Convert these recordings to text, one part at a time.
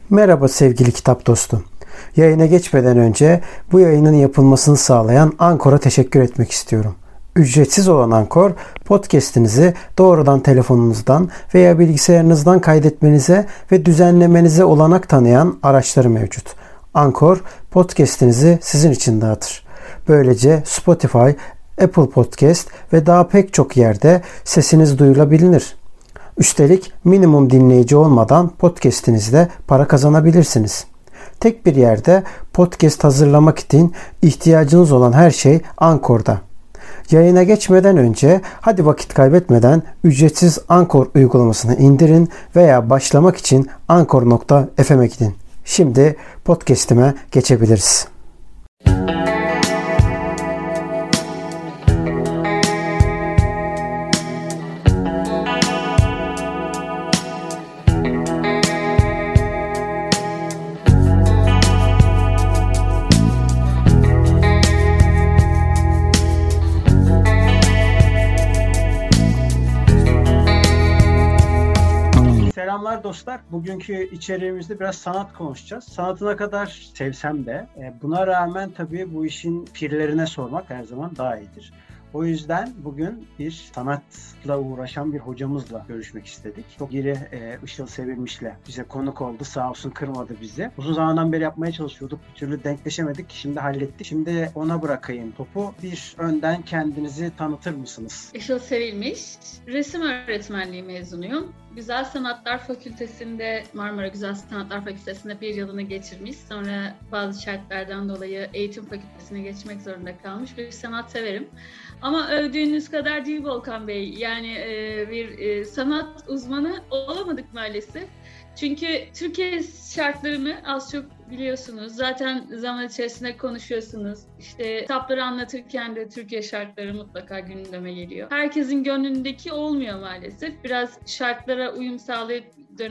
Merhaba sevgili kitap dostum. Yayına geçmeden önce bu yayının yapılmasını sağlayan Ankor'a teşekkür etmek istiyorum. Ücretsiz olan Ankor, podcast'inizi doğrudan telefonunuzdan veya bilgisayarınızdan kaydetmenize ve düzenlemenize olanak tanıyan araçları mevcut. Ankor, podcast'inizi sizin için dağıtır. Böylece Spotify, Apple Podcast ve daha pek çok yerde sesiniz duyulabilir. Üstelik minimum dinleyici olmadan podcast'inizde para kazanabilirsiniz. Tek bir yerde podcast hazırlamak için ihtiyacınız olan her şey Ankor'da. Yayına geçmeden önce hadi vakit kaybetmeden ücretsiz Ankor uygulamasını indirin veya başlamak için ankor.fm'e gidin. Şimdi podcast'ime geçebiliriz. Selamlar dostlar. Bugünkü içeriğimizde biraz sanat konuşacağız. Sanatı ne kadar sevsem de buna rağmen tabii bu işin pirlerine sormak her zaman daha iyidir. O yüzden bugün bir sanatla uğraşan bir hocamızla görüşmek istedik. Çok iri Işıl Sevilmiş'le bize konuk oldu. Sağ olsun kırmadı bizi. Uzun zamandan beri yapmaya çalışıyorduk. Bir türlü denkleşemedik. Şimdi hallettik. Şimdi ona bırakayım topu. Bir önden kendinizi tanıtır mısınız? Işıl Sevilmiş. Resim öğretmenliği mezunuyum. Güzel Sanatlar Fakültesi'nde, Marmara Güzel Sanatlar Fakültesi'nde bir yılını geçirmiş. Sonra bazı şartlardan dolayı eğitim fakültesine geçmek zorunda kalmış bir sanat severim. Ama övdüğünüz kadar değil Volkan Bey. Yani bir sanat uzmanı olamadık maalesef. Çünkü Türkiye şartlarını az çok biliyorsunuz. Zaten zaman içerisinde konuşuyorsunuz. İşte kitapları anlatırken de Türkiye şartları mutlaka gündeme geliyor. Herkesin gönlündeki olmuyor maalesef. Biraz şartlara uyum sağlayıp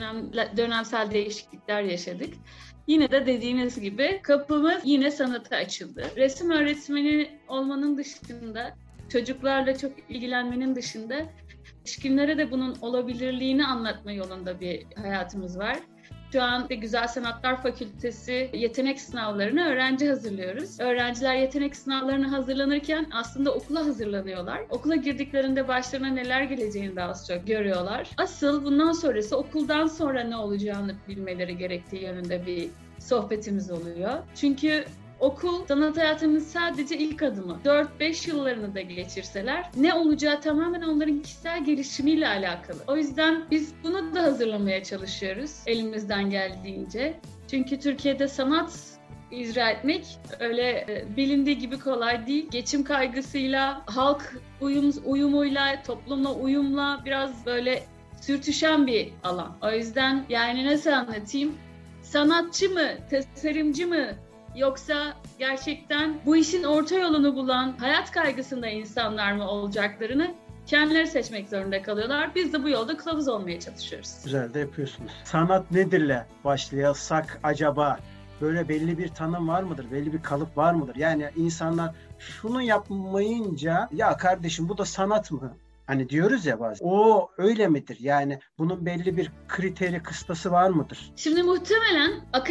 dönemsel değişiklikler yaşadık. Yine de dediğiniz gibi kapımız yine sanata açıldı. Resim öğretmeni olmanın dışında, çocuklarla çok ilgilenmenin dışında yetişkinlere de bunun olabilirliğini anlatma yolunda bir hayatımız var. Şu an Güzel Sanatlar Fakültesi yetenek sınavlarına öğrenci hazırlıyoruz. Öğrenciler yetenek sınavlarına hazırlanırken aslında okula hazırlanıyorlar. Okula girdiklerinde başlarına neler geleceğini daha az çok görüyorlar. Asıl bundan sonrası okuldan sonra ne olacağını bilmeleri gerektiği yönünde bir sohbetimiz oluyor. Çünkü okul sanat hayatının sadece ilk adımı. 4-5 yıllarını da geçirseler ne olacağı tamamen onların kişisel gelişimiyle alakalı. O yüzden biz bunu da hazırlamaya çalışıyoruz elimizden geldiğince. Çünkü Türkiye'de sanat icra etmek öyle bilindiği gibi kolay değil. Geçim kaygısıyla, halk uyumuyla, toplumla uyumla biraz böyle sürtüşen bir alan. O yüzden yani nasıl anlatayım? Sanatçı mı, tasarımcı mı? Yoksa gerçekten bu işin orta yolunu bulan hayat kaygısında insanlar mı olacaklarını kendileri seçmek zorunda kalıyorlar. Biz de bu yolda kılavuz olmaya çalışıyoruz. Güzel de yapıyorsunuz. Sanat nedirle başlayasak acaba? Böyle belli bir tanım var mıdır? Belli bir kalıp var mıdır? Yani insanlar şunu yapmayınca ya kardeşim bu da sanat mı? Hani diyoruz ya bazen. O öyle midir? Yani bunun belli bir kriteri, kıstası var mıdır? Şimdi muhtemelen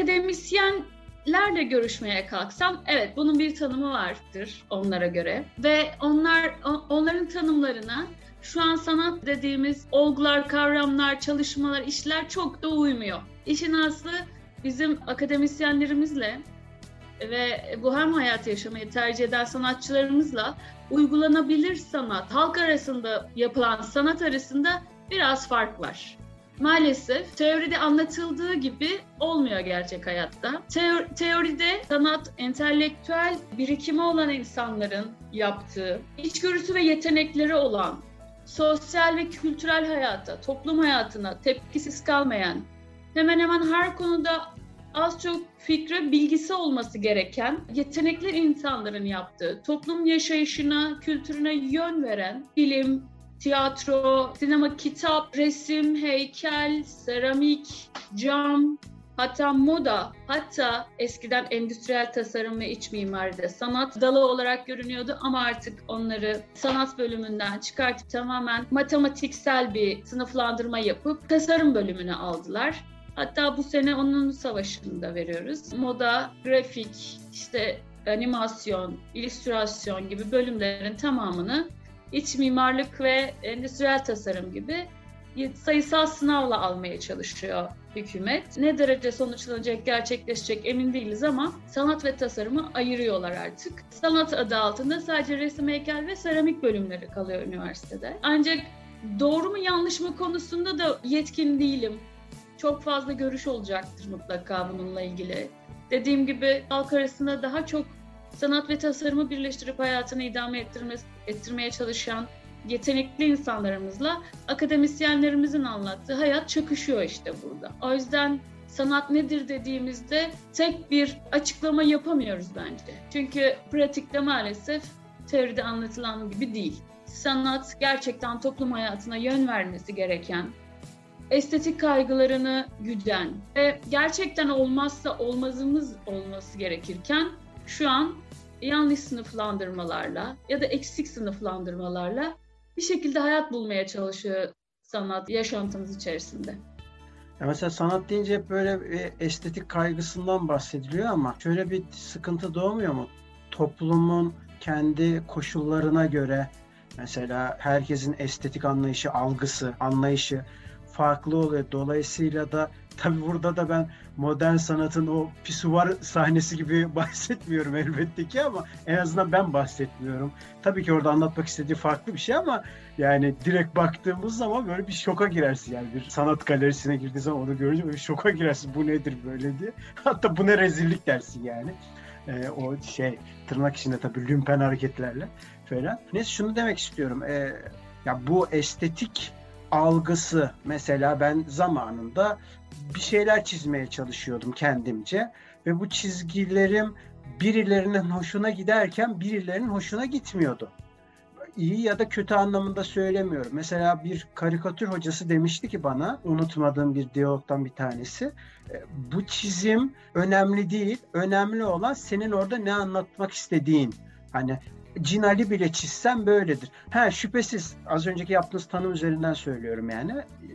akademisyenlerle görüşmeye kalksam evet bunun bir tanımı vardır onlara göre ve onların tanımlarına şu an sanat dediğimiz olgular, kavramlar, çalışmalar, işler çok da uymuyor. İşin aslı bizim akademisyenlerimizle ve bohem hayatı yaşamayı tercih eden sanatçılarımızla uygulanabilir sanat, halk arasında yapılan sanat arasında biraz fark var. Maalesef teoride anlatıldığı gibi olmuyor gerçek hayatta. Teoride sanat, entelektüel birikimi olan insanların yaptığı, içgörüsü ve yetenekleri olan, sosyal ve kültürel hayata, toplum hayatına tepkisiz kalmayan, hemen hemen her konuda az çok fikri, bilgisi olması gereken, yetenekli insanların yaptığı, toplum yaşayışına, kültürüne yön veren bilim, tiyatro, sinema, kitap, resim, heykel, seramik, cam, hatta moda, hatta eskiden endüstriyel tasarım ve iç mimaride sanat dalı olarak görünüyordu ama artık onları sanat bölümünden çıkartıp tamamen matematiksel bir sınıflandırma yapıp tasarım bölümüne aldılar. Hatta bu sene onun savaşını da veriyoruz. Moda, grafik, işte animasyon, illüstrasyon gibi bölümlerin tamamını iç mimarlık ve endüstriyel tasarım gibi sayısal sınavla almaya çalışıyor hükümet. Ne derece sonuçlanacak, gerçekleşecek emin değiliz ama sanat ve tasarımı ayırıyorlar artık. Sanat adı altında sadece resim, heykel ve seramik bölümleri kalıyor üniversitede. Ancak doğru mu yanlış mı konusunda da yetkin değilim. Çok fazla görüş olacaktır mutlaka bununla ilgili. Dediğim gibi halk arasında daha çok sanat ve tasarımı birleştirip hayatını idame ettirmeye çalışan yetenekli insanlarımızla akademisyenlerimizin anlattığı hayat çakışıyor işte burada. O yüzden sanat nedir dediğimizde tek bir açıklama yapamıyoruz bence. Çünkü pratikte maalesef teoride anlatılan gibi değil. Sanat gerçekten toplum hayatına yön vermesi gereken, estetik kaygılarını güden ve gerçekten olmazsa olmazımız olması gerekirken şu an yanlış sınıflandırmalarla ya da eksik sınıflandırmalarla bir şekilde hayat bulmaya çalışıyor sanat yaşantımız içerisinde. Ya mesela sanat deyince hep böyle bir estetik kaygısından bahsediliyor ama şöyle bir sıkıntı doğmuyor mu? Toplumun kendi koşullarına göre mesela herkesin estetik anlayışı, algısı, anlayışı farklı oluyor. Dolayısıyla da tabii burada da ben modern sanatın o pisuvar sahnesi gibi bahsetmiyorum elbette ki ama en azından ben bahsetmiyorum. Tabii ki orada anlatmak istediği farklı bir şey ama yani direkt baktığımız zaman böyle bir şoka girersin yani bir sanat galerisine girdiği zaman onu görünce böyle şoka girersin. Bu nedir böyle diye. Hatta bu ne rezillik dersin yani. O tırnak içinde tabii lümpen hareketlerle falan. Neyse şunu demek istiyorum. Ya bu estetik algısı mesela ben zamanında bir şeyler çizmeye çalışıyordum kendimce ve bu çizgilerim birilerinin hoşuna giderken birilerinin hoşuna gitmiyordu. İyi ya da kötü anlamında söylemiyorum. Mesela bir karikatür hocası demişti ki bana, unutmadığım bir diyalogdan bir tanesi, bu çizim önemli değil, önemli olan senin orada ne anlatmak istediğin. Hani Cin Ali bile çizsem böyledir. Şüphesiz az önceki yaptığınız tanım üzerinden söylüyorum yani.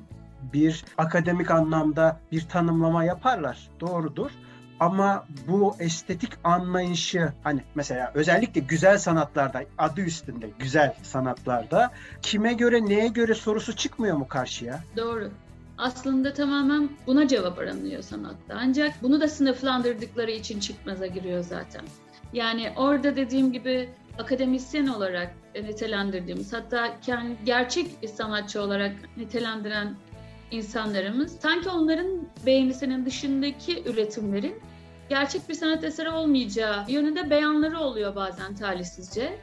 Bir akademik anlamda bir tanımlama yaparlar. Doğrudur. Ama bu estetik anlayışı hani mesela özellikle güzel sanatlarda adı üstünde güzel sanatlarda kime göre neye göre sorusu çıkmıyor mu karşıya? Doğru. Aslında tamamen buna cevap aranıyor sanatta. Ancak bunu da sınıflandırdıkları için çıkmaza giriyor zaten. Yani orada dediğim gibi akademisyen olarak nitelendirdiğimiz hatta gerçek sanatçı olarak nitelendiren insanlarımız sanki onların beğenisinin dışındaki üretimlerin gerçek bir sanat eseri olmayacağı yönünde beyanları oluyor bazen talihsizce.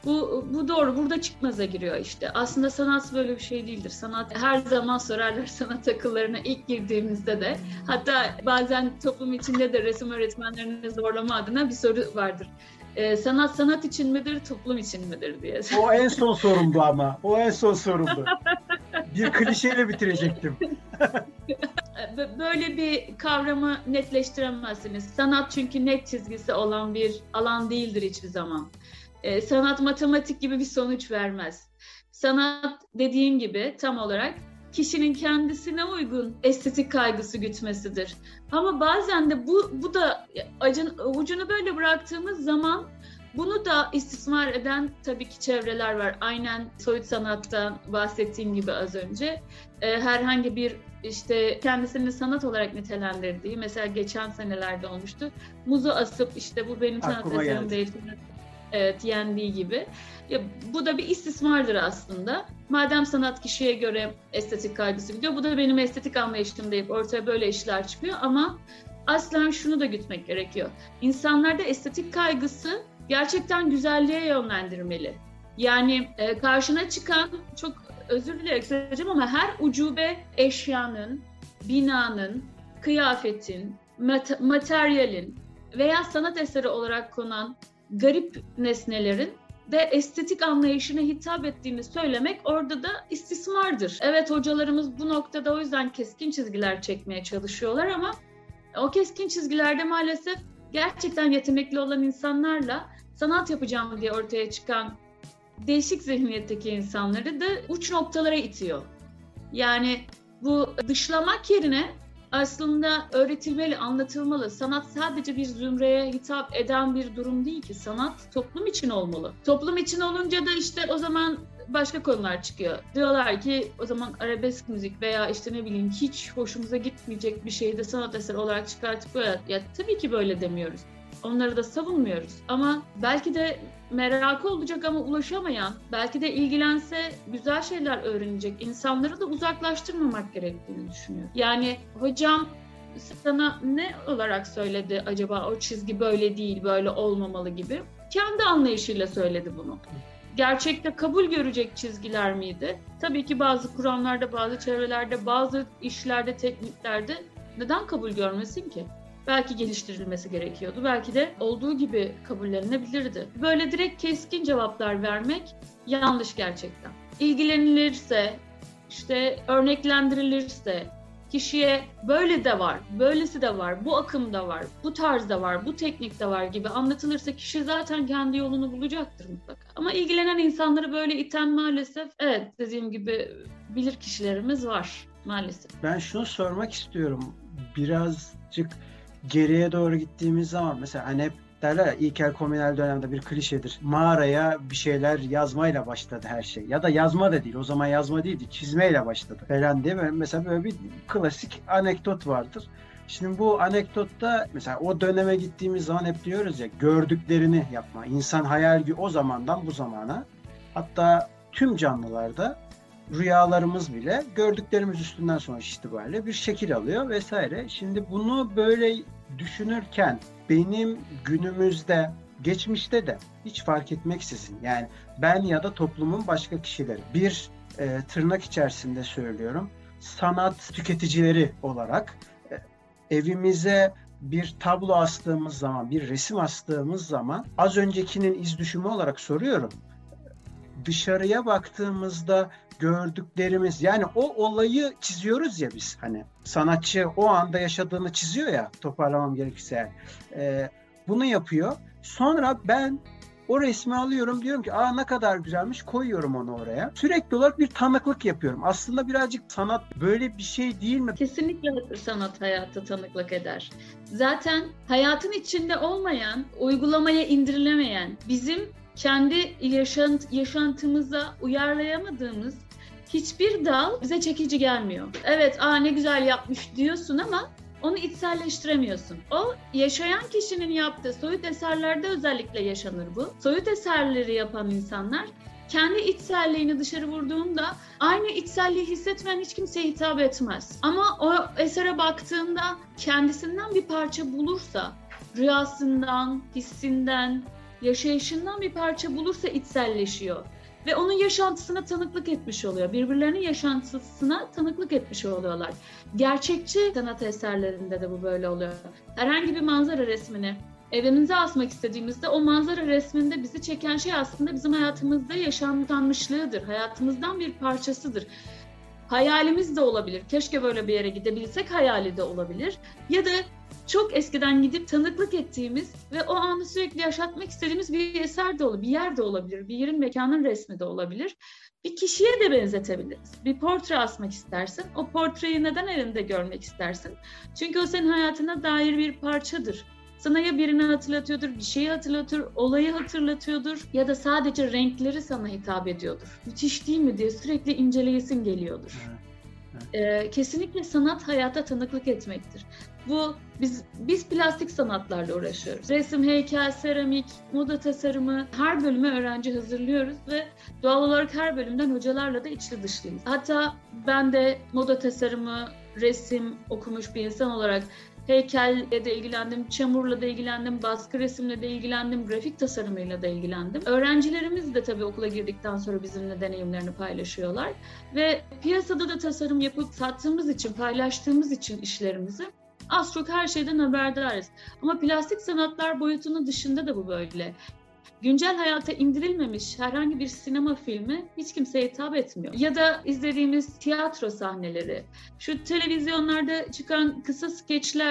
Bu doğru. Burada çıkmaza giriyor işte. Aslında sanat böyle bir şey değildir. Sanat her zaman sorarlar sanat akıllarına ilk girdiğimizde de. Hatta bazen toplum içinde de resim öğretmenlerini zorlama adına bir soru vardır. Sanat için midir, toplum için midir diye. O en son sorumdu ama. O en son sorumdu. Bir klişeyle bitirecektim. Böyle bir kavramı netleştiremezsiniz. Sanat çünkü net çizgisi olan bir alan değildir hiçbir zaman. Sanat matematik gibi bir sonuç vermez. Sanat dediğin gibi tam olarak kişinin kendisine uygun estetik kaygısı gütmesidir. Ama bazen de bu da ucunu böyle bıraktığımız zaman bunu da istismar eden tabii ki çevreler var. Aynen soyut sanattan bahsettiğim gibi az önce. Herhangi bir işte kendisini sanat olarak nitelendirdiği, mesela geçen senelerde olmuştu. Muzu asıp işte bu benim sanat eserim değil diyendiği gibi. Ya, bu da bir istismardır aslında. Madem sanat kişiye göre estetik kaygısı gidiyor, bu da benim estetik anlayışım deyip ortaya böyle işler çıkıyor ama aslen şunu da gütmek gerekiyor. İnsanlarda estetik kaygısı gerçekten güzelliğe yönlendirmeli. Yani karşına çıkan, çok özür dileyerek söyleyeceğim ama her ucube eşyanın, binanın, kıyafetin, materyalin veya sanat eseri olarak konan garip nesnelerin de estetik anlayışına hitap ettiğini söylemek orada da istismardır. Evet, hocalarımız bu noktada o yüzden keskin çizgiler çekmeye çalışıyorlar ama o keskin çizgilerde maalesef gerçekten yetenekli olan insanlarla sanat yapacağım diye ortaya çıkan değişik zihniyetteki insanları da uç noktalara itiyor. Yani bu dışlamak yerine aslında öğretilmeli, anlatılmalı. Sanat sadece bir zümreye hitap eden bir durum değil ki. Sanat toplum için olmalı. Toplum için olunca da işte o zaman başka konular çıkıyor. Diyorlar ki o zaman arabesk müzik veya işte ne bileyim hiç hoşumuza gitmeyecek bir şeyi de sanat eseri olarak çıkartıp böyle. Ya tabii ki böyle demiyoruz. Onları da savunmuyoruz. Ama belki de merakı olacak ama ulaşamayan, belki de ilgilense güzel şeyler öğrenecek insanları da uzaklaştırmamak gerektiğini düşünüyorum. Yani hocam sana ne olarak söyledi acaba o çizgi böyle değil, böyle olmamalı gibi? Kendi anlayışıyla söyledi bunu. Gerçekte kabul görecek çizgiler miydi? Tabii ki bazı kuramlarda, bazı çevrelerde, bazı işlerde, tekniklerde neden kabul görmesin ki? Belki geliştirilmesi gerekiyordu. Belki de olduğu gibi kabullenilebilirdi. Böyle direkt keskin cevaplar vermek yanlış gerçekten. İlgilenilirse, işte örneklendirilirse, kişiye böyle de var, böylesi de var, bu akım da var, bu tarz da var, bu teknik de var gibi anlatılırsa kişi zaten kendi yolunu bulacaktır mutlaka. Ama ilgilenen insanları böyle iten maalesef, evet dediğim gibi bilir kişilerimiz var maalesef. Ben şunu sormak istiyorum. Birazcık geriye doğru gittiğimiz zaman mesela hani hep derler ya ilkel komünel dönemde bir klişedir. Mağaraya bir şeyler yazmayla başladı her şey. Ya da yazma da değil. O zaman yazma değildi. Çizmeyle başladı falan diye mesela böyle bir klasik anekdot vardır. Şimdi bu anekdotta mesela o döneme gittiğimiz zaman hep diyoruz ya gördüklerini yapma. İnsan hayal o zamandan bu zamana hatta tüm canlılarda rüyalarımız bile gördüklerimiz üstünden sonuç itibariyle bir şekil alıyor vesaire. Şimdi bunu böyle düşünürken benim günümüzde, geçmişte de hiç fark etmeksizin yani ben ya da toplumun başka kişileri bir tırnak içerisinde söylüyorum sanat tüketicileri olarak evimize bir tablo astığımız zaman, bir resim astığımız zaman az öncekinin iz düşümü olarak soruyorum. Dışarıya baktığımızda gördüklerimiz yani o olayı çiziyoruz ya biz hani sanatçı o anda yaşadığını çiziyor ya toparlamam gerekirse yani. Bunu yapıyor. Sonra ben o resmi alıyorum diyorum ki ne kadar güzelmiş koyuyorum onu oraya. Sürekli olarak bir tanıklık yapıyorum. Aslında birazcık sanat böyle bir şey değil mi? Kesinlikle sanat hayata tanıklık eder. Zaten hayatın içinde olmayan, uygulamaya indirilemeyen, bizim kendi yaşantımıza uyarlayamadığımız hiçbir dal bize çekici gelmiyor. Evet, ne güzel yapmış diyorsun ama onu içselleştiremiyorsun. O yaşayan kişinin yaptığı soyut eserlerde özellikle yaşanır bu. Soyut eserleri yapan insanlar kendi içselliğini dışarı vurduğunda aynı içselliği hissetmeyen hiç kimseye hitap etmez. Ama o esere baktığında kendisinden bir parça bulursa, rüyasından, hissinden, yaşayışından bir parça bulursa içselleşiyor. Ve onun yaşantısına tanıklık etmiş oluyor. Birbirlerinin yaşantısına tanıklık etmiş oluyorlar. Gerçekçi sanat eserlerinde de bu böyle oluyor. Herhangi bir manzara resmini evimize asmak istediğimizde o manzara resminde bizi çeken şey aslında bizim hayatımızda yaşanmışlığıdır. Hayatımızdan bir parçasıdır. Hayalimiz de olabilir. Keşke böyle bir yere gidebilsek hayali de olabilir. Ya da çok eskiden gidip tanıklık ettiğimiz ve o anı sürekli yaşatmak istediğimiz bir eser de olabilir, bir yer de olabilir, bir yerin, mekanın resmi de olabilir. Bir kişiye de benzetebiliriz. Bir portre asmak istersin. O portreyi neden elinde görmek istersin? Çünkü o senin hayatına dair bir parçadır. Sana ya birini hatırlatıyordur, bir şeyi hatırlatır, olayı hatırlatıyordur ya da sadece renkleri sana hitap ediyordur. Müthiş değil mi diye sürekli inceleyesin geliyordur. Kesinlikle sanat hayata tanıklık etmektir. Biz plastik sanatlarla uğraşıyoruz. Resim, heykel, seramik, moda tasarımı her bölüme öğrenci hazırlıyoruz ve doğal olarak her bölümden hocalarla da içli dışlıyız. Hatta ben de moda tasarımı, resim okumuş bir insan olarak heykelle de ilgilendim, çamurla da ilgilendim, baskı resimle de ilgilendim, grafik tasarımıyla da ilgilendim. Öğrencilerimiz de tabii okula girdikten sonra bizimle deneyimlerini paylaşıyorlar. Ve piyasada da tasarım yapıp sattığımız için, paylaştığımız için işlerimizi az çok her şeyden haberdarız. Ama plastik sanatlar boyutunun dışında da bu böyle. Güncel hayata indirilmemiş herhangi bir sinema filmi hiç kimseye hitap etmiyor. Ya da izlediğimiz tiyatro sahneleri, şu televizyonlarda çıkan kısa skeçler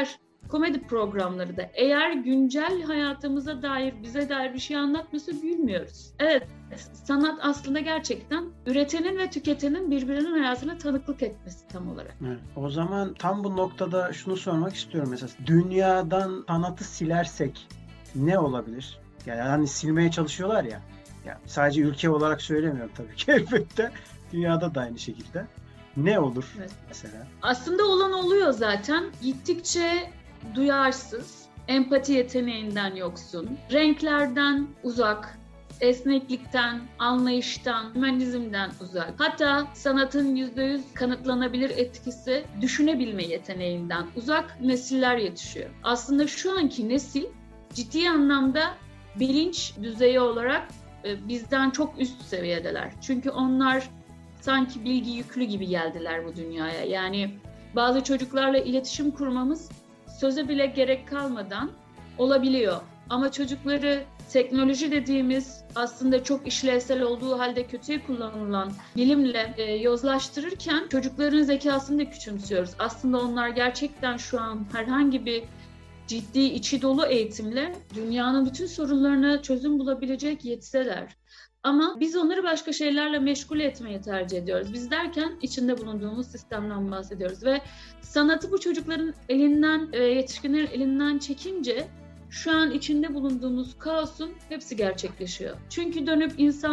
komedi programları da eğer güncel hayatımıza dair, bize dair bir şey anlatmasa gülmüyoruz. Evet, sanat aslında gerçekten üretenin ve tüketenin birbirinin hayatına tanıklık etmesi tam olarak. Evet. O zaman tam bu noktada şunu sormak istiyorum mesela. Dünyadan sanatı silersek ne olabilir? Yani hani silmeye çalışıyorlar ya. Yani sadece ülke olarak söylemiyorum tabii ki elbette. Dünyada da aynı şekilde. Ne olur mesela? Aslında olan oluyor zaten. Gittikçe duyarsız, empati yeteneğinden yoksun, renklerden uzak, esneklikten, anlayıştan, hümanizmden uzak. Hatta sanatın %100 kanıtlanabilir etkisi düşünebilme yeteneğinden uzak nesiller yetişiyor. Aslında şu anki nesil ciddi anlamda bilinç düzeyi olarak bizden çok üst seviyedeler. Çünkü onlar sanki bilgi yüklü gibi geldiler bu dünyaya. Yani bazı çocuklarla iletişim kurmamız söze bile gerek kalmadan olabiliyor. Ama çocukları teknoloji dediğimiz aslında çok işlevsel olduğu halde kötüye kullanılan bilimle yozlaştırırken çocukların zekasını da küçümsüyoruz. Aslında onlar gerçekten şu an herhangi bir ciddi, içi dolu eğitimle dünyanın bütün sorunlarına çözüm bulabilecek yetseler. Ama biz onları başka şeylerle meşgul etmeyi tercih ediyoruz. Biz derken içinde bulunduğumuz sistemden bahsediyoruz. Ve sanatı bu çocukların elinden, yetişkinlerin elinden çekince şu an içinde bulunduğumuz kaosun hepsi gerçekleşiyor. Çünkü dönüp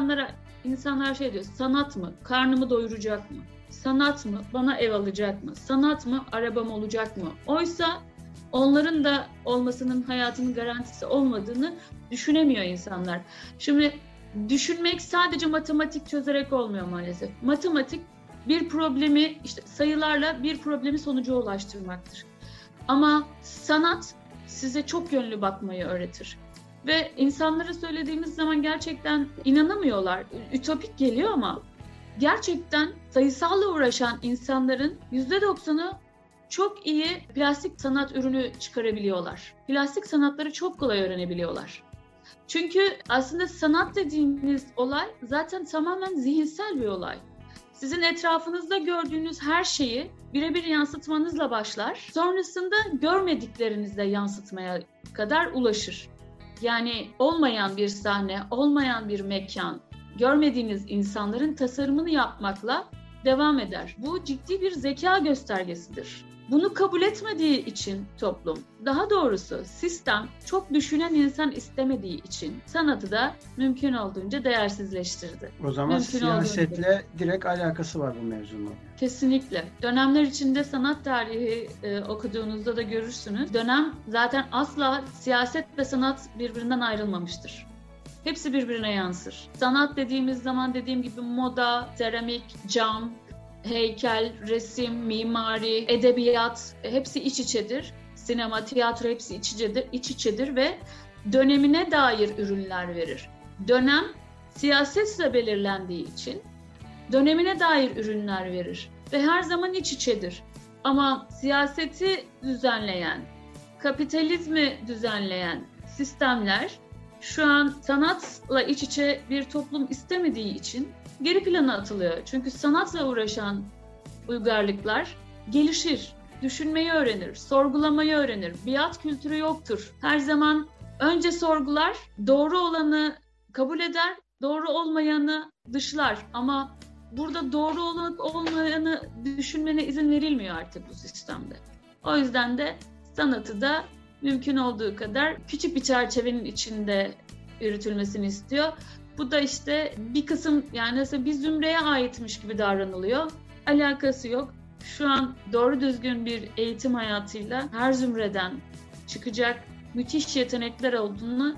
insanlar şey diyor, sanat mı? Karnımı doyuracak mı? Sanat mı? Bana ev alacak mı? Sanat mı? Arabam olacak mı? Oysa onların da olmasının hayatının garantisi olmadığını düşünemiyor insanlar. Şimdi düşünmek sadece matematik çözerek olmuyor maalesef. Matematik bir problemi, işte sayılarla bir problemi sonuca ulaştırmaktır. Ama sanat size çok yönlü bakmayı öğretir. Ve insanlara söylediğimiz zaman gerçekten inanamıyorlar. Ütopik geliyor ama gerçekten sayısalla uğraşan insanların %90'ı çok iyi plastik sanat ürünü çıkarabiliyorlar. Plastik sanatları çok kolay öğrenebiliyorlar. Çünkü aslında sanat dediğimiz olay zaten tamamen zihinsel bir olay. Sizin etrafınızda gördüğünüz her şeyi birebir yansıtmanızla başlar. Sonrasında görmediklerinizle yansıtmaya kadar ulaşır. Yani olmayan bir sahne, olmayan bir mekan, görmediğiniz insanların tasarımını yapmakla devam eder. Bu ciddi bir zeka göstergesidir. Bunu kabul etmediği için toplum, daha doğrusu sistem çok düşünen insan istemediği için sanatı da mümkün olduğunca değersizleştirdi. O zaman siyasetle direkt alakası var bu mevzunun. Kesinlikle. Dönemler içinde sanat tarihi okuduğunuzda da görürsünüz. Dönem zaten asla siyaset ve sanat birbirinden ayrılmamıştır. Hepsi birbirine yansır. Sanat dediğimiz zaman dediğim gibi moda, seramik, cam, heykel, resim, mimari, edebiyat hepsi iç içedir. Sinema, tiyatro hepsi iç içedir ve dönemine dair ürünler verir. Dönem siyasetle belirlendiği için dönemine dair ürünler verir ve her zaman iç içedir. Ama siyaseti düzenleyen, kapitalizmi düzenleyen sistemler şu an sanatla iç içe bir toplum istemediği için geri plana atılıyor. Çünkü sanatla uğraşan uygarlıklar gelişir, düşünmeyi öğrenir, sorgulamayı öğrenir. Biat kültürü yoktur. Her zaman önce sorgular, doğru olanı kabul eder, doğru olmayanı dışlar. Ama burada doğru olup olmayanı düşünmene izin verilmiyor artık bu sistemde. O yüzden de sanatı da mümkün olduğu kadar küçük bir çerçevenin içinde yürütülmesini istiyor. Bu da işte bir kısım, yani mesela bir zümreye aitmiş gibi davranılıyor. Alakası yok. Şu an doğru düzgün bir eğitim hayatıyla her zümreden çıkacak müthiş yetenekler olduğunu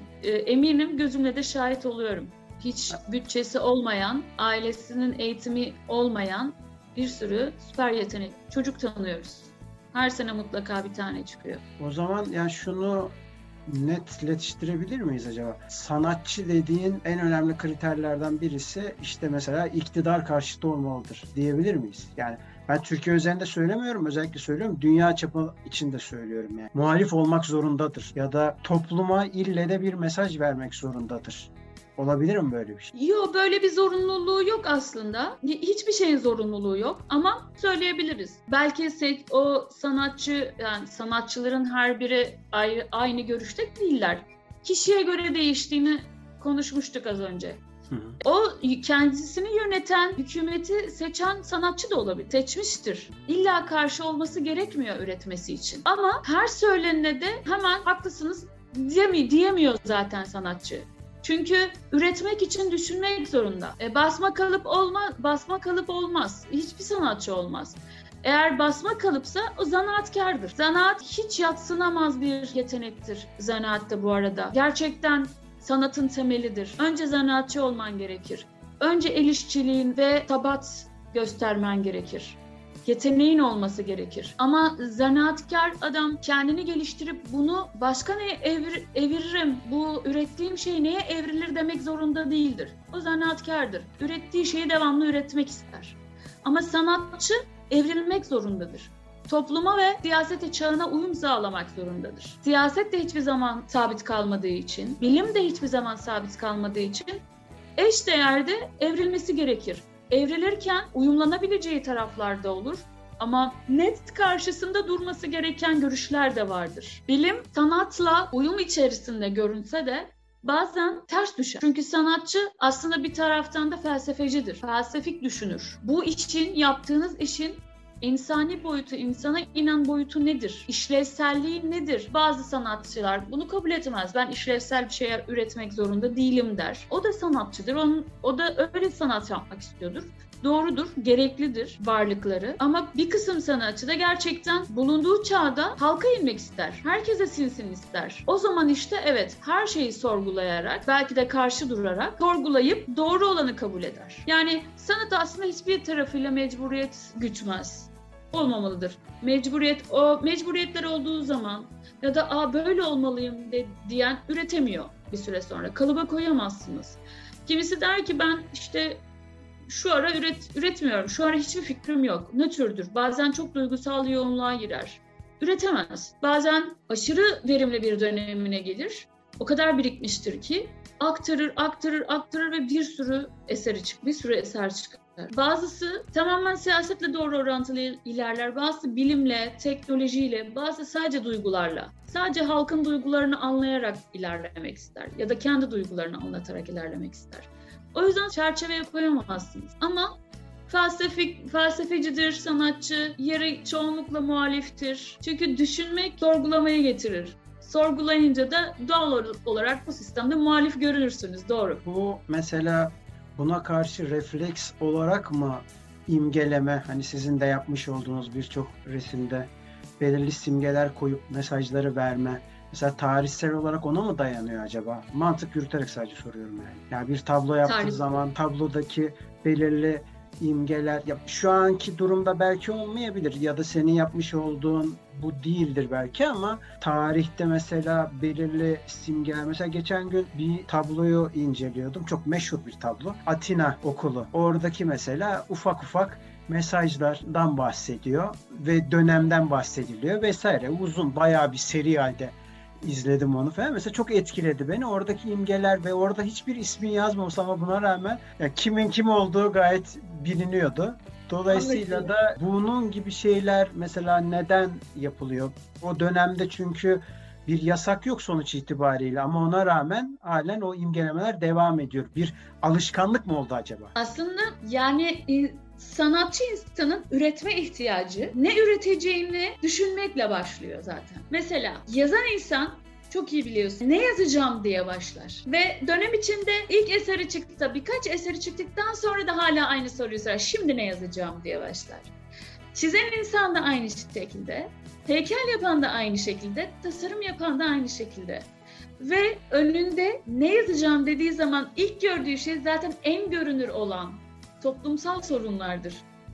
eminim, gözümle de şahit oluyorum. Hiç bütçesi olmayan, ailesinin eğitimi olmayan bir sürü süper yetenek çocuk tanıyoruz. Her sene mutlaka bir tane çıkıyor. O zaman yani şunu netleştirebilir miyiz acaba? Sanatçı dediğin en önemli kriterlerden birisi işte mesela iktidar karşıtı olmalıdır diyebilir miyiz? Yani ben Türkiye özelinde söylemiyorum, özellikle söylüyorum. Dünya çapı içinde söylüyorum yani. Muhalif olmak zorundadır ya da topluma ille de bir mesaj vermek zorundadır. Olabilir mi böyle bir şey? Yok, böyle bir zorunluluğu yok aslında. Hiçbir şeyin zorunluluğu yok ama söyleyebiliriz. Belki o sanatçı, yani sanatçıların her biri aynı görüşte değiller. Kişiye göre değiştiğini konuşmuştuk az önce. O kendisini yöneten, hükümeti seçen sanatçı da olabilir. Seçmiştir. İlla karşı olması gerekmiyor üretmesi için. Ama her söylenene de hemen haklısınız diyemiyor zaten sanatçı. Çünkü üretmek için düşünmek zorunda. Basma kalıp olmaz. Hiçbir sanatçı olmaz. Eğer basma kalıpsa o zanaatkardır. Zanaat hiç yadsınamaz bir yetenektir zanaatte bu arada. Gerçekten sanatın temelidir. Önce zanaatçı olman gerekir. Önce el işçiliğin ve tabat göstermen gerekir. Yeteneğin olması gerekir. Ama zanaatkar adam kendini geliştirip bunu başka neye eviririm, bu ürettiğim şey neye evrilir demek zorunda değildir. O zanaatkardır. Ürettiği şeyi devamlı üretmek ister. Ama sanatçı evrilmek zorundadır. Topluma ve siyasete, çağına uyum sağlamak zorundadır. Siyaset de hiçbir zaman sabit kalmadığı için, bilim de hiçbir zaman sabit kalmadığı için eşdeğerde evrilmesi gerekir. Evrilirken uyumlanabileceği taraflar da olur ama net karşısında durması gereken görüşler de vardır. Bilim sanatla uyum içerisinde görünse de bazen ters düşer. Çünkü sanatçı aslında bir taraftan da felsefecidir. Felsefik düşünür. Bu yaptığınız işin İnsani boyutu, insana inen boyutu nedir? İşlevselliği nedir? Bazı sanatçılar bunu kabul etmez. Ben işlevsel bir şeyler üretmek zorunda değilim der. O da sanatçıdır. O da öyle sanat yapmak istiyordur. Doğrudur, gereklidir varlıkları. Ama bir kısım sanatçı da gerçekten bulunduğu çağda halka inmek ister. Herkese sinsin ister. O zaman işte evet, her şeyi sorgulayarak, belki de karşı durarak sorgulayıp doğru olanı kabul eder. Yani sanat aslında hiçbir tarafıyla mecburiyet gütmez. Olmamalıdır. Mecburiyetler olduğu zaman ya da böyle olmalıyım diyen üretemiyor bir süre sonra. Kalıba koyamazsınız. Kimisi der ki ben işte şu ara üretmiyorum, şu ara hiçbir fikrim yok. Nötrdür. Bazen çok duygusal yoğunluğa girer. Üretemez. Bazen aşırı verimli bir dönemine gelir. O kadar birikmiştir ki aktarır ve bir sürü eser çıkar. Bazısı tamamen siyasetle doğru orantılı ilerler. Bazısı bilimle, teknolojiyle, bazısı sadece duygularla. Sadece halkın duygularını anlayarak ilerlemek ister. Ya da kendi duygularını anlatarak ilerlemek ister. O yüzden çerçeveye koyamazsınız. Ama felsefecidir, sanatçı, yeri çoğunlukla muhaliftir. Çünkü düşünmek sorgulamaya getirir. Sorgulayınca da doğal olarak bu sistemde muhalif görünürsünüz. Doğru. Bu mesela buna karşı refleks olarak mı imgeleme, hani sizin de yapmış olduğunuz birçok resimde belirli simgeler koyup mesajları verme, mesela tarihsel olarak ona mı dayanıyor acaba? Mantık yürüterek sadece soruyorum yani. Yani bir tablo yaptığı zaman tablodaki belirli imgeler, şu anki durumda belki olmayabilir ya da senin yapmış olduğun bu değildir belki, ama tarihte mesela belirli simgeler, mesela geçen gün bir tabloyu inceliyordum. Çok meşhur bir tablo. Atina Okulu. Oradaki mesela ufak ufak mesajlardan bahsediyor ve dönemden bahsediliyor vesaire. Uzun, bayağı bir seri halde izledim onu falan. Mesela çok etkiledi beni. Oradaki imgeler ve orada hiçbir ismin yazmaması ama buna rağmen kimin kim olduğu gayet biliniyordu. Dolayısıyla da bunun gibi şeyler mesela neden yapılıyor? O dönemde çünkü bir yasak yok sonuç itibariyle ama ona rağmen halen o imgelemeler devam ediyor. Bir alışkanlık mı oldu acaba? Aslında yani sanatçı insanın üretme ihtiyacı, ne üreteceğini düşünmekle başlıyor zaten. Mesela yazan insan çok iyi biliyorsun. Ne yazacağım diye başlar. Ve dönem içinde ilk eseri çıktı, birkaç eseri çıktıktan sonra da hala aynı soruyu sorar. Şimdi ne yazacağım diye başlar. Çizen insan da aynı şekilde, heykel yapan da aynı şekilde, tasarım yapan da aynı şekilde. Ve önünde ne yazacağım dediği zaman ilk gördüğü şey zaten en görünür olan toplumsal sorunlardır.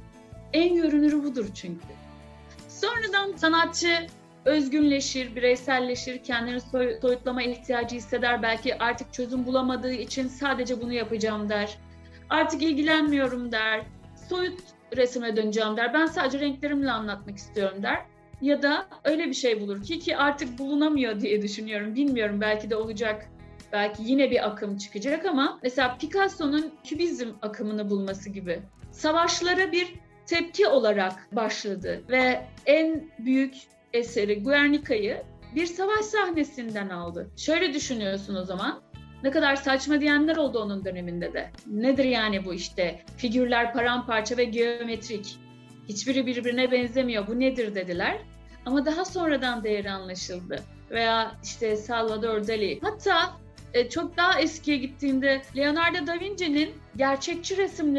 En görünürü budur çünkü. Sonradan sanatçı özgünleşir, bireyselleşir, kendini soyutlama ihtiyacı hisseder. Belki artık çözüm bulamadığı için sadece bunu yapacağım der. Artık ilgilenmiyorum der. Soyut resime döneceğim der. Ben sadece renklerimle anlatmak istiyorum der. Ya da öyle bir şey bulur ki artık bulunamıyor diye düşünüyorum. Bilmiyorum, belki de olacak. Belki yine bir akım çıkacak ama mesela Picasso'nun kübizm akımını bulması gibi. Savaşlara bir tepki olarak başladı ve en büyük eseri Guernica'yı bir savaş sahnesinden aldı. Şöyle düşünüyorsun o zaman. Ne kadar saçma diyenler oldu onun döneminde de. Nedir yani bu işte? Figürler paramparça ve geometrik. Hiçbiri birbirine benzemiyor. Bu nedir dediler. Ama daha sonradan değeri anlaşıldı. Veya işte Salvador Dali. Hatta çok daha eskiye gittiğinde Leonardo da Vinci'nin gerçekçi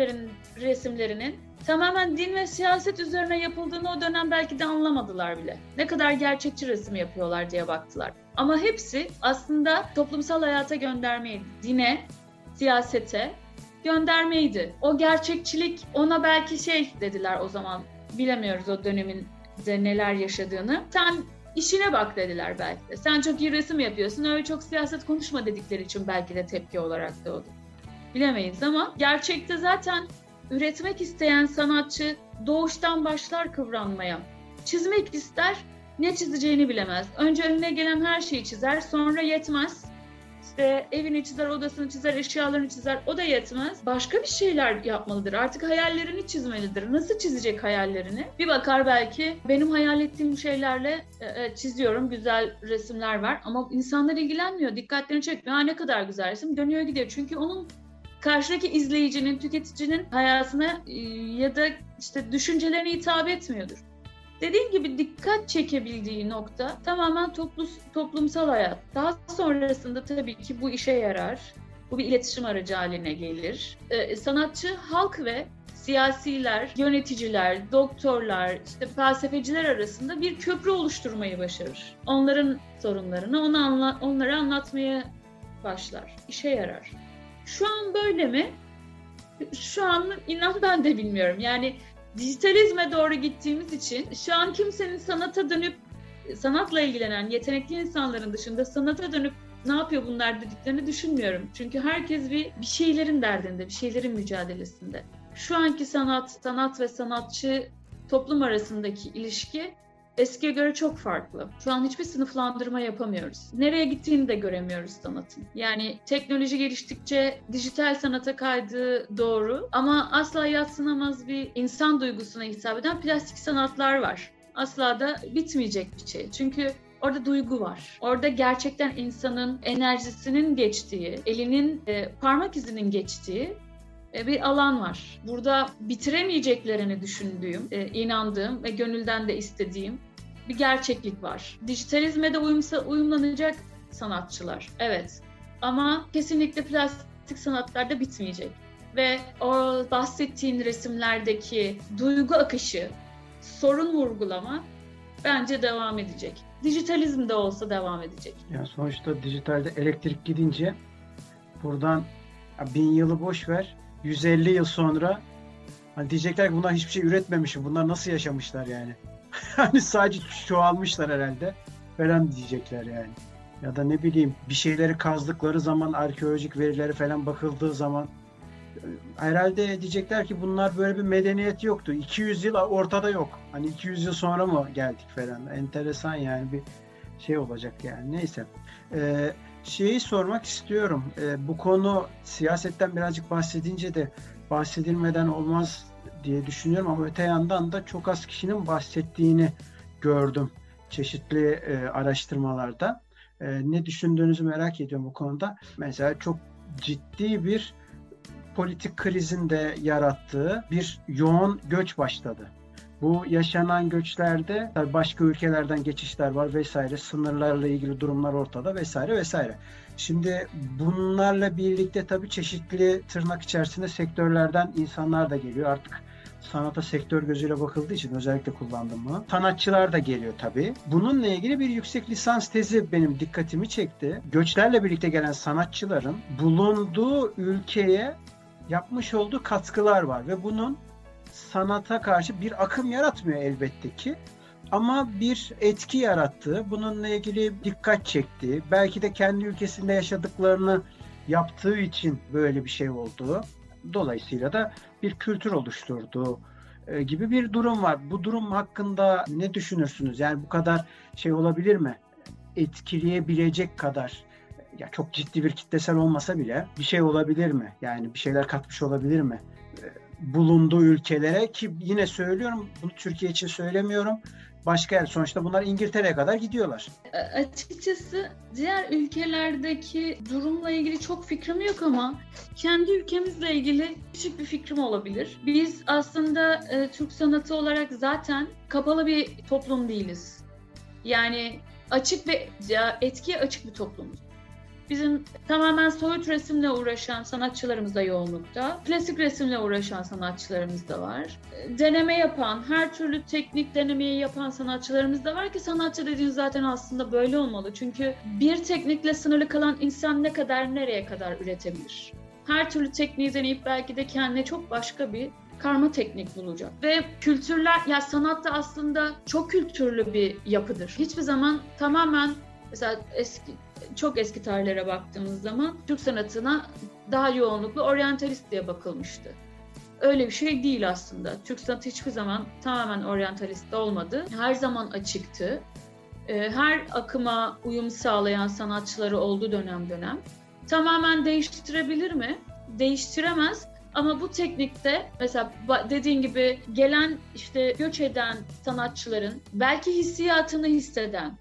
resimlerinin tamamen din ve siyaset üzerine yapıldığını o dönem belki de anlamadılar bile. Ne kadar gerçekçi resim yapıyorlar diye baktılar. Ama hepsi aslında toplumsal hayata göndermeydi. Dine, siyasete göndermeydi. O gerçekçilik ona belki dediler o zaman. Bilemiyoruz o dönemin de neler yaşadığını. Sen işine bak dediler belki de. Sen çok iyi resim yapıyorsun, öyle çok siyaset konuşma dedikleri için belki de tepki olarak doğdu. Bilemeyiz ama gerçekte zaten üretmek isteyen sanatçı doğuştan başlar kıvranmaya. Çizmek ister, ne çizeceğini bilemez. Önce önüne gelen her şeyi çizer, sonra yetmez. İşte evini çizer, odasını çizer, eşyalarını çizer, o da yetmez. Başka bir şeyler yapmalıdır. Artık hayallerini çizmelidir. Nasıl çizecek hayallerini? Bir bakar belki benim hayal ettiğim şeylerle çiziyorum, güzel resimler var. Ama insanlar ilgilenmiyor, dikkatlerini çekmiyor. Ne kadar güzel resim, dönüyor gidiyor. Çünkü onun karşıdaki izleyicinin, tüketicinin hayatına ya da işte düşüncelerine hitap etmiyordur. Dediğim gibi dikkat çekebildiği nokta tamamen toplumsal hayat. Daha sonrasında tabii ki bu işe yarar. Bu bir iletişim aracı haline gelir. Sanatçı, halk ve siyasiler, yöneticiler, doktorlar, işte felsefeciler arasında bir köprü oluşturmayı başarır. Onların sorunlarını onlara anlatmaya başlar. İşe yarar. Şu an böyle mi? Şu an inan ben de bilmiyorum. Yani dijitalizme doğru gittiğimiz için şu an kimsenin sanata dönüp, sanatla ilgilenen yetenekli insanların dışında sanata dönüp ne yapıyor bunlar dediklerini düşünmüyorum. Çünkü herkes bir şeylerin derdinde, bir şeylerin mücadelesinde. Şu anki sanat ve sanatçı toplum arasındaki ilişki eskiye göre çok farklı. Şu an hiçbir sınıflandırma yapamıyoruz. Nereye gittiğini de göremiyoruz sanatın. Yani teknoloji geliştikçe dijital sanata kaydığı doğru ama asla yadsınamaz bir insan duygusuna hitap eden plastik sanatlar var. Asla da bitmeyecek bir şey. Çünkü orada duygu var. Orada gerçekten insanın enerjisinin geçtiği, elinin parmak izinin geçtiği bir alan var. Burada bitiremeyeceklerini düşündüğüm, inandığım ve gönülden de istediğim bir gerçeklik var. Dijitalizme de uyumlanacak sanatçılar. Evet. Ama kesinlikle plastik sanatlarda bitmeyecek. Ve o bahsettiğin resimlerdeki duygu akışı, sorun vurgulama bence devam edecek. Dijitalizm de olsa devam edecek. Yani sonuçta dijitalde elektrik gidince buradan 1000 yılı boş ver. 150 yıl sonra hani diyecekler ki bunlar hiçbir şey üretmemiş. Bunlar nasıl yaşamışlar yani? Hani sadece çoğalmışlar herhalde falan diyecekler yani. Ya da ne bileyim bir şeyleri kazdıkları zaman arkeolojik verilere falan bakıldığı zaman herhalde diyecekler ki bunlar böyle bir medeniyet yoktu. 200 yıl ortada yok. Hani 200 yıl sonra mı geldik falan. Enteresan yani bir şey olacak yani. Neyse. Şeyi sormak istiyorum. Bu konu siyasetten birazcık bahsedince de bahsedilmeden olmaz diye düşünüyorum ama öte yandan da çok az kişinin bahsettiğini gördüm çeşitli araştırmalarda. Ne düşündüğünüzü merak ediyorum bu konuda. Mesela çok ciddi bir politik krizin de yarattığı bir yoğun göç başladı. Bu yaşanan göçlerde tabii başka ülkelerden geçişler var vesaire, sınırlarla ilgili durumlar ortada vesaire vesaire. Şimdi bunlarla birlikte tabii çeşitli tırnak içerisinde sektörlerden insanlar da geliyor. Artık sanata sektör gözüyle bakıldığı için özellikle kullandım bunu. Sanatçılar da geliyor tabii. Bununla ilgili bir yüksek lisans tezi benim dikkatimi çekti. Göçlerle birlikte gelen sanatçıların bulunduğu ülkeye yapmış olduğu katkılar var ve bunun sanata karşı bir akım yaratmıyor elbette ki. Ama bir etki yarattığı, bununla ilgili dikkat çektiği, belki de kendi ülkesinde yaşadıklarını yaptığı için böyle bir şey olduğu, dolayısıyla da bir kültür oluşturduğu gibi bir durum var. Bu durum hakkında ne düşünürsünüz? Yani bu kadar şey olabilir mi? Etkileyebilecek kadar ya çok ciddi bir kitlesel olmasa bile bir şey olabilir mi? Yani bir şeyler katmış olabilir mi? Bulunduğu ülkelere, ki yine söylüyorum, bunu Türkiye için söylemiyorum. Başka yer, sonuçta bunlar İngiltere'ye kadar gidiyorlar. Açıkçası diğer ülkelerdeki durumla ilgili çok fikrim yok ama kendi ülkemizle ilgili küçük bir fikrim olabilir. Biz aslında Türk sanatı olarak zaten kapalı bir toplum değiliz. Yani açık ve etkiye açık bir toplumuz. Bizim tamamen soyut resimle uğraşan sanatçılarımız da yoğunlukta. Klasik resimle uğraşan sanatçılarımız da var. Deneme yapan, her türlü teknik denemeyi yapan sanatçılarımız da var ki sanatçı dediğin zaten aslında böyle olmalı. Çünkü bir teknikle sınırlı kalan insan nereye kadar üretebilir? Her türlü tekniği deneyip belki de kendine çok başka bir karma teknik bulacak. Ve kültürler, ya sanat da aslında çok kültürlü bir yapıdır. Hiçbir zaman tamamen, mesela çok eski tarihlere baktığımız zaman Türk sanatına daha yoğunluklu oryantalist diye bakılmıştı. Öyle bir şey değil aslında. Türk sanatı hiçbir zaman tamamen oryantalist olmadı. Her zaman açıktı. Her akıma uyum sağlayan sanatçıları oldu dönem dönem. Tamamen değiştirebilir mi? Değiştiremez. Ama bu teknikte mesela dediğin gibi gelen, işte göç eden sanatçıların belki hissiyatını hisseden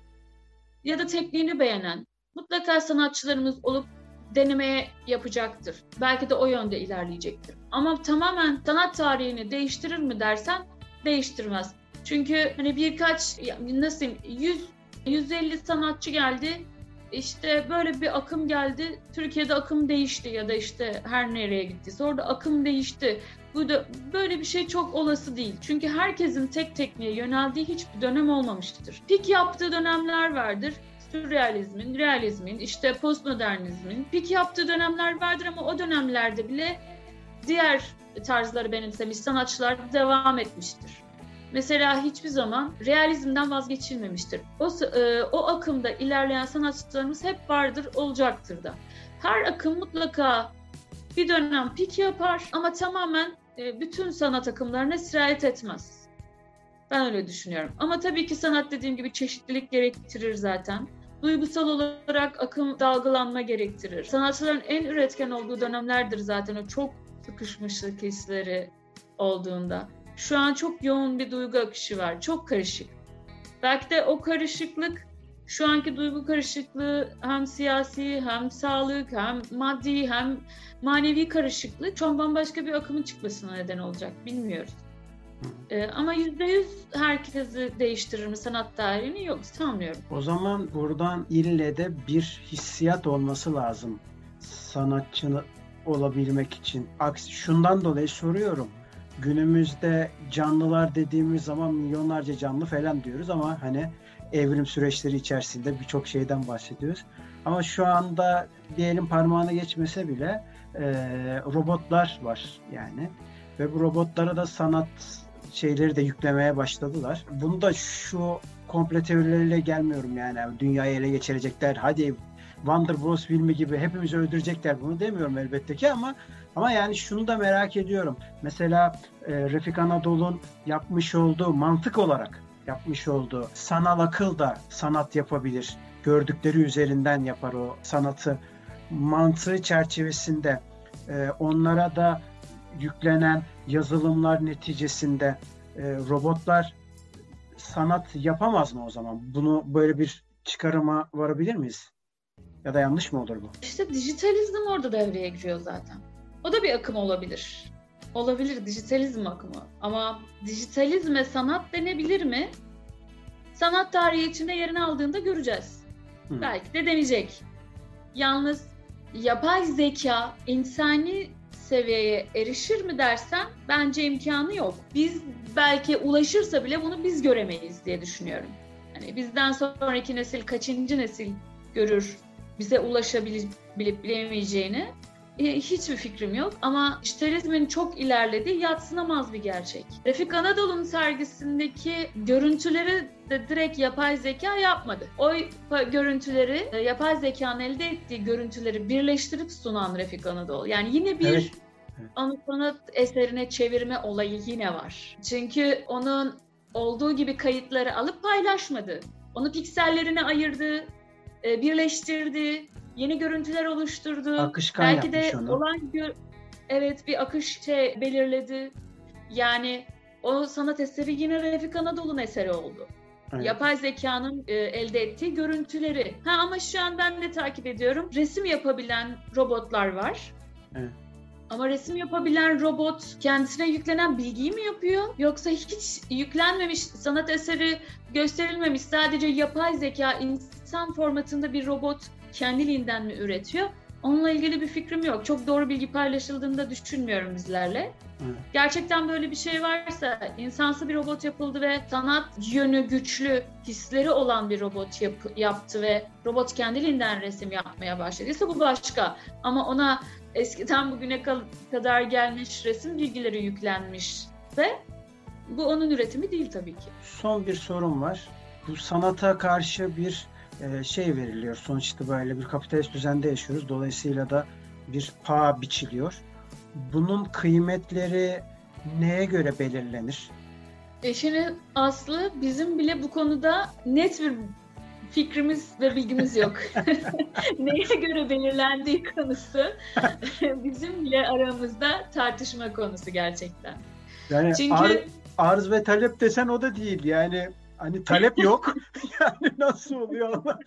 ya da tekniğini beğenen mutlaka sanatçılarımız olup denemeye yapacaktır. Belki de o yönde ilerleyecektir. Ama tamamen sanat tarihini değiştirir mi dersen değiştirmez. Çünkü hani birkaç, nasıl diyeyim, 150 sanatçı geldi, işte böyle bir akım geldi, Türkiye'de akım değişti ya da işte her nereye gittiyse orada akım değişti. Bu da böyle bir şey çok olası değil. Çünkü herkesin tek tekniğe yöneldiği hiçbir dönem olmamıştır. Pik yaptığı dönemler vardır. Sürrealizmin, realizmin, işte postmodernizmin pik yaptığı dönemler vardır ama o dönemlerde bile diğer tarzları benimsemiş sanatçılar devam etmiştir. Mesela hiçbir zaman realizmden vazgeçilmemiştir. O akımda ilerleyen sanatçılarımız hep vardır, olacaktır da. Her akım mutlaka bir dönem pik yapar ama tamamen bütün sanat akımlarına sirayet etmez. Ben öyle düşünüyorum. Ama tabii ki sanat dediğim gibi çeşitlilik gerektirir zaten. Duygusal olarak akım dalgalanma gerektirir. Sanatçıların en üretken olduğu dönemlerdir zaten o çok sıkışmışlık hisleri olduğunda. Şu an çok yoğun bir duygu akışı var. Çok karışık. Belki de o karışıklık, şu anki duygu karışıklığı hem siyasi, hem sağlık, hem maddi, hem manevi karışıklık çok bambaşka bir akımın çıkmasına neden olacak. Bilmiyoruz. Ama %100 herkesi değiştirir mi sanat tarihini? Yok, sanmıyorum. O zaman buradan ille de bir hissiyat olması lazım sanatçı olabilmek için. Şundan dolayı soruyorum. Günümüzde canlılar dediğimiz zaman milyonlarca canlı falan diyoruz ama hani evrim süreçleri içerisinde birçok şeyden bahsediyoruz. Ama şu anda diyelim parmağına geçmese bile robotlar var yani. Ve bu robotlara da sanat şeyleri de yüklemeye başladılar. Bunu da şu komple teorileriyle gelmiyorum yani. Dünyayı ele geçirecekler, hadi Wonder Bros filmi gibi hepimizi öldürecekler, bunu demiyorum elbette ki ama yani şunu da merak ediyorum. Mesela Refik Anadol'un yapmış olduğu, mantık olarak yapmış olduğu sanal akıl da sanat yapabilir. Gördükleri üzerinden yapar o sanatı. Mantığı çerçevesinde onlara da yüklenen yazılımlar neticesinde robotlar sanat yapamaz mı o zaman? Bunu böyle bir çıkarıma varabilir miyiz? Ya da yanlış mı olur bu? İşte dijitalizm orada devreye giriyor zaten. O da bir akım olabilir. Olabilir, dijitalizm akımı. Ama dijitalizme sanat denebilir mi? Sanat tarihi içinde yerini aldığında göreceğiz. Belki de deneyecek. Yalnız yapay zeka insani seviyeye erişir mi dersen bence imkanı yok. Biz belki ulaşırsa bile bunu biz göremeyiz diye düşünüyorum. Hani bizden sonraki nesil kaçıncı nesil görür bize ulaşabilip bilemeyeceğini hiçbir fikrim yok. Ama dijitalizmin çok ilerlediği yadsınamaz bir gerçek. Refik Anadol'un sergisindeki görüntüleri de direkt yapay zeka yapmadı. O görüntüleri, yapay zekanın elde ettiği görüntüleri birleştirip sunan Refik Anadol. Yani yine bir evet. sanat eserine çevirme olayı yine var. Çünkü onun olduğu gibi kayıtları alıp paylaşmadı. Onu piksellerine ayırdı, birleştirdi, yeni görüntüler oluşturdu. Akışkan Belki de yapmış onu. evet, bir akış belirledi. Yani o sanat eseri yine Refik Anadolu'nun eseri oldu. Evet. Yapay zekanın elde ettiği görüntüleri. Ama şu an ben de takip ediyorum. Resim yapabilen robotlar var. Evet. Ama resim yapabilen robot kendisine yüklenen bilgiyi mi yapıyor? Yoksa hiç yüklenmemiş, sanat eseri gösterilmemiş, sadece yapay zeka, insan formatında bir robot kendiliğinden mi üretiyor? Onunla ilgili bir fikrim yok. Çok doğru bilgi paylaşıldığını da düşünmüyorum bizlerle. Evet. Gerçekten böyle bir şey varsa, insansı bir robot yapıldı ve sanat yönü güçlü, hisleri olan bir robot yaptı ve robot kendiliğinden resim yapmaya başladıysa bu başka. Ama ona eskiden bugüne kadar gelmiş resim bilgileri yüklenmişse bu onun üretimi değil tabii ki. Son bir sorum var. Bu sanata karşı bir şey veriliyor. Sonuç itibariyle bir kapitalist düzende yaşıyoruz. Dolayısıyla da bir paha biçiliyor. Bunun kıymetleri neye göre belirlenir? İşin aslı bizim bile bu konuda net bir fikrimiz ve bilgimiz yok. Neye göre belirlendiği konusu bizim bile aramızda tartışma konusu gerçekten. Yani çünkü arz ve talep desen o da değil. Yani hani talep yok. Yani nasıl oluyor Allah?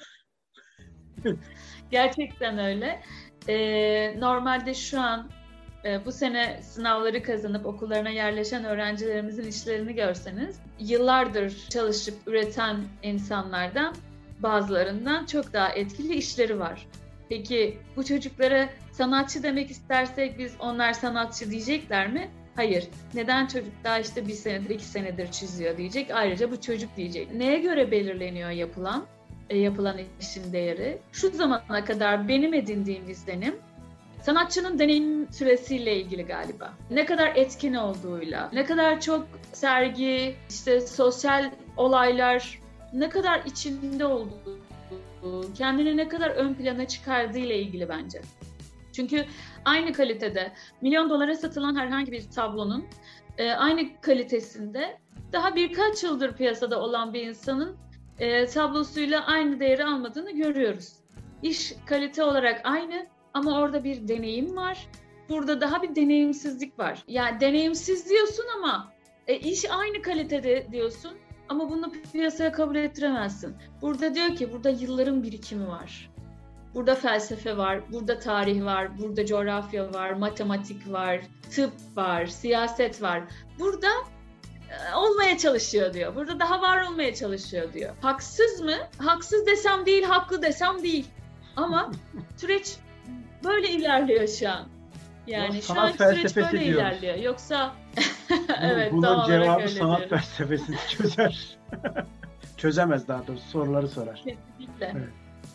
Gerçekten öyle. Normalde şu an bu sene sınavları kazanıp okullarına yerleşen öğrencilerimizin işlerini görseniz, yıllardır çalışıp üreten insanlardan, bazılarından çok daha etkili işleri var. Peki bu çocuklara sanatçı demek istersek biz onlar sanatçı diyecekler mi? Hayır. Neden çocuk daha işte 1 senedir 2 senedir çiziyor diyecek. Ayrıca bu çocuk diyecek. Neye göre belirleniyor yapılan işin değeri? Şu zamana kadar benim edindiğim izlenim, sanatçının deneyim süresiyle ilgili galiba. Ne kadar etkin olduğuyla, ne kadar çok sergi, işte sosyal olaylar, ne kadar içinde olduğu, kendini ne kadar ön plana çıkardığıyla ilgili bence. Çünkü aynı kalitede $1 milyona satılan herhangi bir tablonun aynı kalitesinde daha birkaç yıldır piyasada olan bir insanın tablosuyla aynı değeri almadığını görüyoruz. İş kalite olarak aynı ama orada bir deneyim var. Burada daha bir deneyimsizlik var. Yani deneyimsiz diyorsun ama iş aynı kalitede diyorsun ama bunu piyasaya kabul ettiremezsin. Burada diyor ki burada yılların birikimi var. Burada felsefe var, burada tarih var, burada coğrafya var, matematik var, tıp var, siyaset var. Burada olmaya çalışıyor diyor. Burada daha var olmaya çalışıyor diyor. Haksız mı? Haksız desem değil, haklı desem değil. Ama süreç böyle ilerliyor şu an. Yani şu an süreç böyle ilerliyor. Yoksa evet, bunun cevabı sanat felsefesini çözer. Çözemez daha doğrusu, soruları sorar. Kesinlikle. Evet.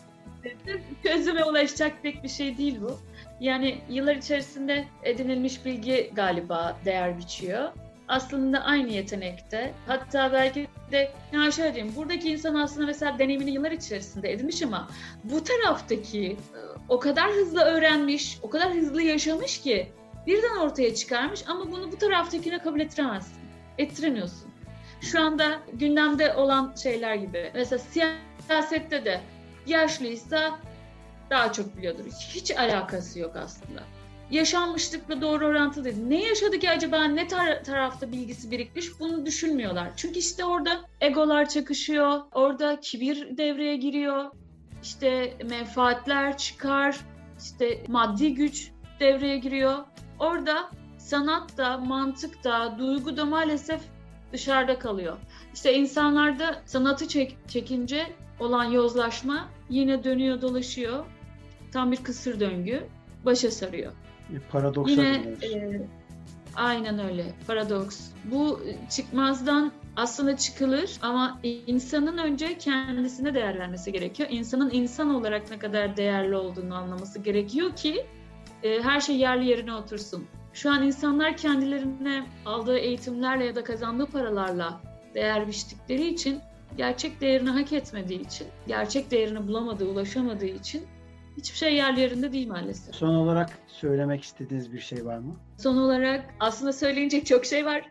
Çözüme ulaşacak pek bir şey değil bu. Yani yıllar içerisinde edinilmiş bilgi galiba değer biçiyor. Aslında aynı yetenekte. Hatta belki de ya şöyle diyeyim, buradaki insan aslında mesela deneyimini yıllar içerisinde edinmiş ama bu taraftaki o kadar hızlı öğrenmiş, o kadar hızlı yaşamış ki birden ortaya çıkarmış ama bunu bu taraftakine kabul ettiremezsin. Ettiremiyorsun. Şu anda gündemde olan şeyler gibi. Mesela siyasette de yaşlıysa daha çok biliyordur. Hiç alakası yok aslında. Yaşanmışlıkla doğru orantılı değil. Ne yaşadı ki acaba, ne tarafta bilgisi birikmiş, bunu düşünmüyorlar. Çünkü işte orada egolar çakışıyor, orada kibir devreye giriyor, işte menfaatler çıkar, işte maddi güç devreye giriyor. Orada sanat da, mantık da, duygu da maalesef dışarıda kalıyor. İşte insanlarda sanatı çekince olan yozlaşma yine dönüyor dolaşıyor. Tam bir kısır döngü başa sarıyor. Paradoksa yine aynen öyle, paradoks. Bu çıkmazdan aslında çıkılır ama insanın önce kendisine değer vermesi gerekiyor. İnsanın insan olarak ne kadar değerli olduğunu anlaması gerekiyor ki her şey yerli yerine otursun. Şu an insanlar kendilerine aldığı eğitimlerle ya da kazandığı paralarla değer biçtikleri için, gerçek değerini hak etmediği için, gerçek değerini bulamadığı, ulaşamadığı için hiçbir şey yerli yerinde değil maalesef. Son olarak söylemek istediğiniz bir şey var mı? Son olarak aslında söyleyecek çok şey var.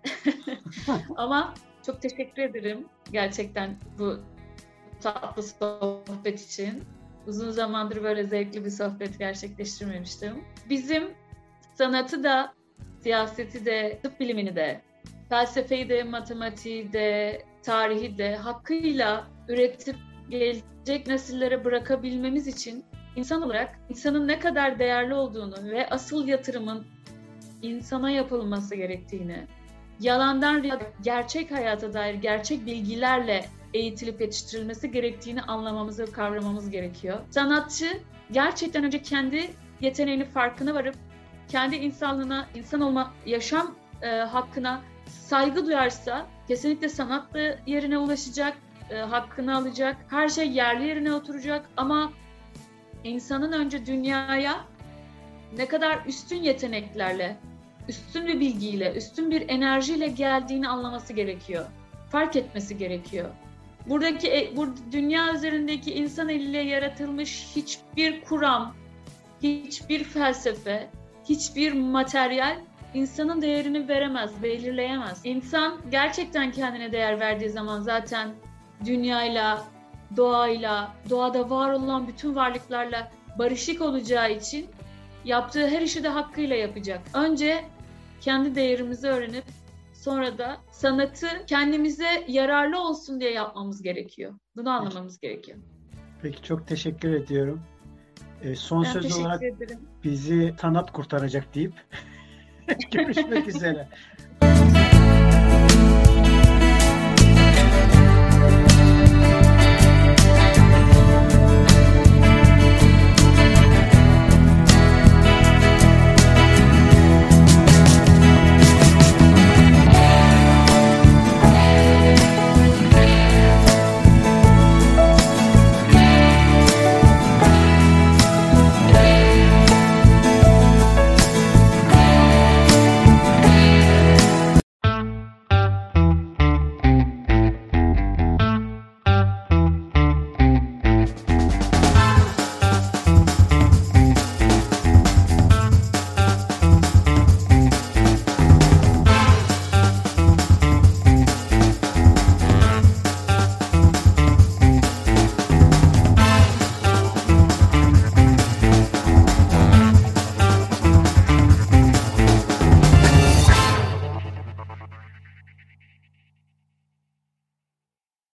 Ama çok teşekkür ederim gerçekten bu tatlı sohbet için. Uzun zamandır böyle zevkli bir sohbet gerçekleştirmemiştim. Bizim sanatı da, siyaseti de, tıp bilimini de, felsefeyi de, matematiği de, tarihi de hakkıyla üretip gelecek nesillere bırakabilmemiz için insan olarak insanın ne kadar değerli olduğunu ve asıl yatırımın insana yapılması gerektiğini, yalandan gerçek hayata dair gerçek bilgilerle eğitilip yetiştirilmesi gerektiğini anlamamız ve kavramamız gerekiyor. Sanatçı gerçekten önce kendi yeteneğinin farkına varıp kendi insanlığına, insan olma, yaşam hakkına saygı duyarsa kesinlikle sanat da yerine ulaşacak, hakkını alacak, her şey yerli yerine oturacak ama insanın önce dünyaya ne kadar üstün yeteneklerle, üstün bir bilgiyle, üstün bir enerjiyle geldiğini anlaması gerekiyor. Fark etmesi gerekiyor. Bu dünya üzerindeki insan eliyle yaratılmış hiçbir kuram, hiçbir felsefe, hiçbir materyal insanın değerini veremez, belirleyemez. İnsan gerçekten kendine değer verdiği zaman zaten dünyayla, doğayla, doğada var olan bütün varlıklarla barışık olacağı için yaptığı her işi de hakkıyla yapacak. Önce kendi değerimizi öğrenip sonra da sanatı kendimize yararlı olsun diye yapmamız gerekiyor. Bunu anlamamız gerekiyor. Peki çok teşekkür ediyorum. Son Ben söz olarak ederim. bizi sanat kurtaracak deyip görüşmek üzere.